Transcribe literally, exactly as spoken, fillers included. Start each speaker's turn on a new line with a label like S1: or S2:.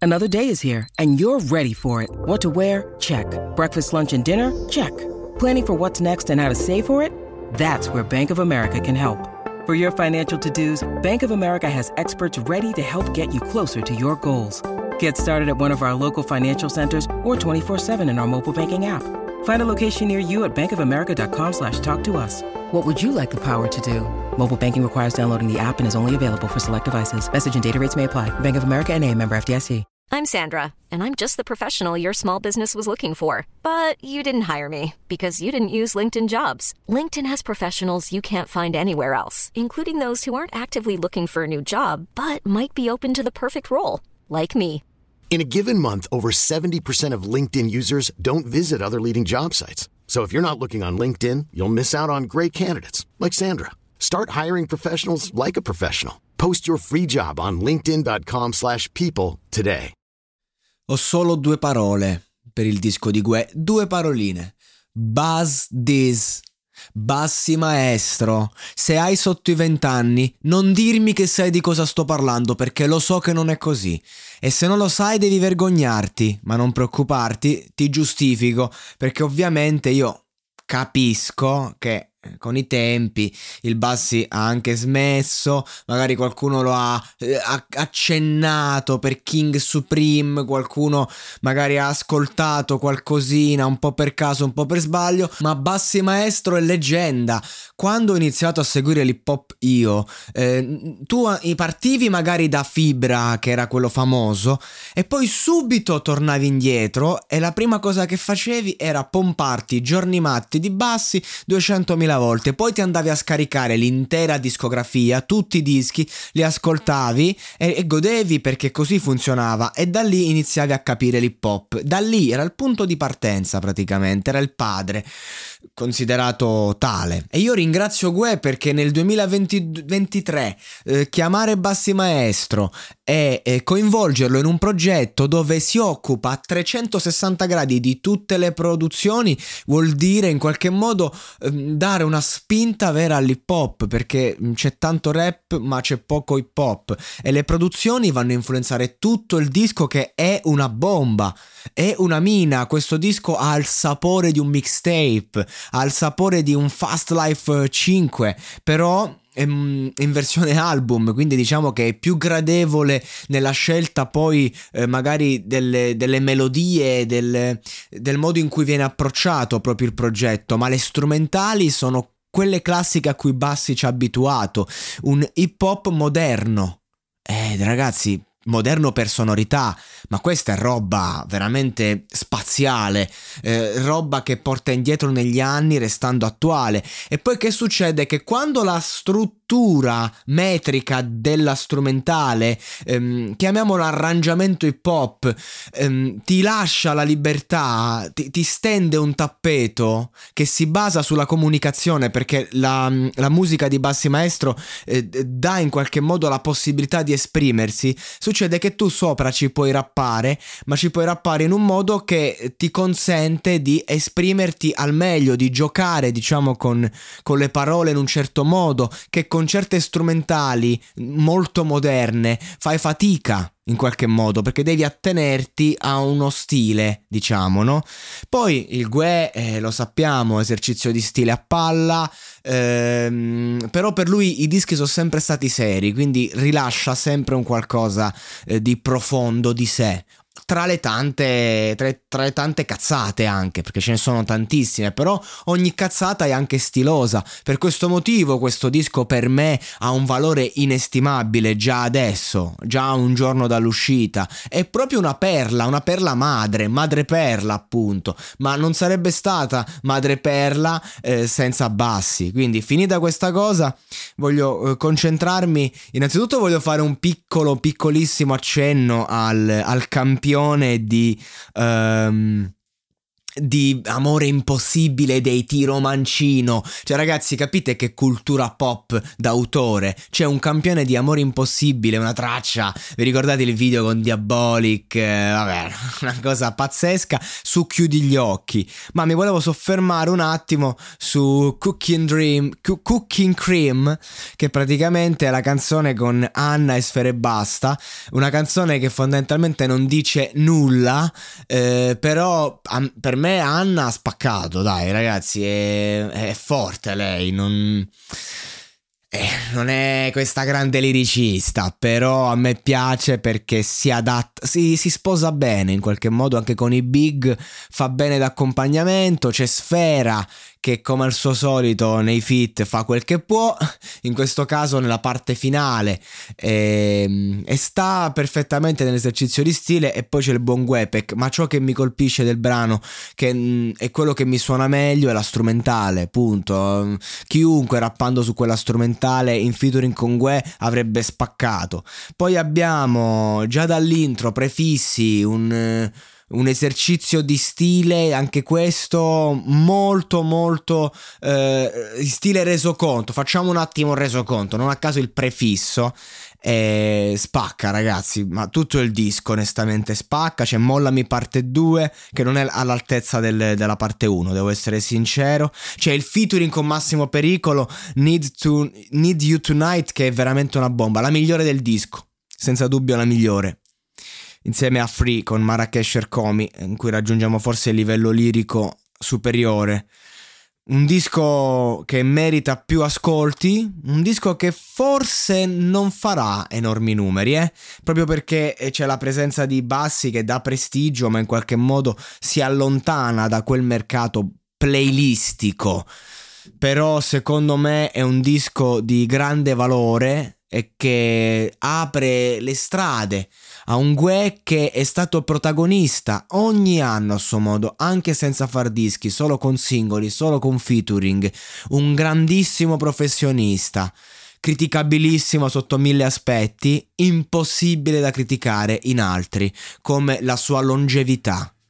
S1: Another day is here, and you're ready for it. What to wear? Check. Breakfast, lunch, and dinner? Check. Planning for what's next and how to save for it? That's where Bank of America can help. For your financial to-dos, Bank of America has experts ready to help get you closer to your goals. Get started at one of our local financial centers or twenty-four seven in our mobile banking app. Find a location near you at bankofamerica.com slash talk to us. What would you like the power to do? Mobile banking requires downloading the app and is only available for select devices. Message and data rates may apply. Bank of America N A, member F D I C.
S2: I'm Sandra, and I'm just the professional your small business was looking for. But you didn't hire me because you didn't use LinkedIn Jobs. LinkedIn has professionals you can't find anywhere else, including those who aren't actively looking for a new job, but might be open to the perfect role, like me.
S3: In a given month, over seventy percent of LinkedIn users don't visit other leading job sites. So if you're not looking on LinkedIn, you'll miss out on great candidates like Sandra. Start hiring professionals like a professional. Post your free job on linkedin.com slash people today.
S4: Ho solo due parole per il disco di Guè, due paroline. Buzz this. Bassi maestro, se hai sotto i vent'anni non dirmi che sai di cosa sto parlando, perché lo so che non è così, e se non lo sai devi vergognarti, ma non preoccuparti, ti giustifico, perché ovviamente io capisco che con i tempi il Bassi ha anche smesso, magari qualcuno lo ha eh, accennato per King Supreme, qualcuno magari ha ascoltato qualcosina un po' per caso, un po' per sbaglio, ma Bassi maestro è leggenda. Quando ho iniziato a seguire l'hip hop io, eh, tu partivi magari da Fibra, che era quello famoso, e poi subito tornavi indietro e la prima cosa che facevi era pomparti Giorni Matti di Bassi duecentomila volte, poi ti andavi a scaricare l'intera discografia, tutti i dischi, li ascoltavi e, e godevi, perché così funzionava, e da lì iniziavi a capire l'hip hop. Da lì era il punto di partenza, praticamente era il padre considerato tale. E io ringrazio Guè perché nel duemilaventitré eh, chiamare Bassi maestro e eh, coinvolgerlo in un progetto dove si occupa a trecentosessanta gradi di tutte le produzioni vuol dire in qualche modo eh, dare una spinta vera all'hip hop, perché c'è tanto rap ma c'è poco hip hop e le produzioni vanno a influenzare tutto il disco, che è una bomba, è una mina. Questo disco ha il sapore di un mixtape, ha il sapore di un Fast Life cinque, però in versione album, quindi diciamo che è più gradevole nella scelta poi eh, magari delle, delle melodie, del, del modo in cui viene approcciato proprio il progetto, ma le strumentali sono quelle classiche a cui Bassi ci ha abituato, un hip hop moderno. Eh ragazzi, moderno per sonorità, ma questa è roba veramente spaziale, eh, roba che porta indietro negli anni restando attuale. E poi che succede? Che quando la struttura metrica della strumentale, ehm, chiamiamolo arrangiamento hip hop, ehm, ti lascia la libertà, ti, ti stende un tappeto che si basa sulla comunicazione, perché la, la musica di Bassi maestro eh, dà in qualche modo la possibilità di esprimersi. Succede che tu sopra ci puoi rappare, ma ci puoi rappare in un modo che ti consente di esprimerti al meglio, di giocare diciamo con, con le parole in un certo modo, che con certe strumentali molto moderne fai fatica in qualche modo, perché devi attenerti a uno stile, diciamo, no? Poi il Guè, eh, lo sappiamo, esercizio di stile a palla, ehm, però per lui i dischi sono sempre stati seri, quindi rilascia sempre un qualcosa eh, di profondo di sé. Tra le tante tra, tra le tante cazzate, anche perché ce ne sono tantissime, però ogni cazzata è anche stilosa. Per questo motivo questo disco per me ha un valore inestimabile già adesso, già un giorno dall'uscita. È proprio una perla, una perla madre, madre perla appunto, ma non sarebbe stata madre perla eh, senza Bassi. Quindi finita questa cosa voglio eh, concentrarmi, innanzitutto voglio fare un piccolo piccolissimo accenno al, al campione di um, di Amore impossibile dei Tiro Mancino. Cioè ragazzi, capite che cultura pop d'autore? C'è un campione di Amore impossibile, una traccia, vi ricordate il video con Diabolic? Eh, vabbè, una cosa pazzesca. Su Chiudi gli occhi. Ma mi volevo soffermare un attimo su Cooking Dream, C- Cooking Cream, che praticamente è la canzone con Anna e Sfera Ebbasta, una canzone che fondamentalmente non dice nulla, eh, però a, per me me Anna ha spaccato, dai ragazzi, è, è forte lei, non, eh, non è questa grande liricista, però a me piace perché si adatta, si, si sposa bene in qualche modo anche con i big, fa bene d'accompagnamento. C'è Sfera che come al suo solito nei feat fa quel che può, in questo caso nella parte finale, e, e sta perfettamente nell'esercizio di stile. E poi c'è il buon Guepec, ma ciò che mi colpisce del brano, che mh, è quello che mi suona meglio, è la strumentale, punto. Chiunque rappando su quella strumentale in featuring con Gue avrebbe spaccato. Poi abbiamo già dall'intro Prefissi, un... un esercizio di stile, anche questo molto molto eh, stile resoconto. Facciamo un attimo un resoconto, non a caso il prefisso, eh, spacca ragazzi, ma tutto il disco onestamente spacca. C'è Mollami parte due che non è all'altezza del, della parte uno, devo essere sincero. C'è il featuring con Massimo Pericolo, Need, to, Need You Tonight, che è veramente una bomba, la migliore del disco, senza dubbio la migliore, insieme a Free con Marrakesh Ercomi, in cui raggiungiamo forse il livello lirico superiore. Un disco che merita più ascolti, un disco che forse non farà enormi numeri, eh? proprio perché c'è la presenza di Bassi che dà prestigio, ma in qualche modo si allontana da quel mercato playlistico. Però secondo me è un disco di grande valore e che apre le strade a un Gue che è stato protagonista ogni anno a suo modo, anche senza far dischi, solo con singoli, solo con featuring. Un grandissimo professionista, criticabilissimo sotto mille aspetti, impossibile da criticare in altri, come la sua longevità.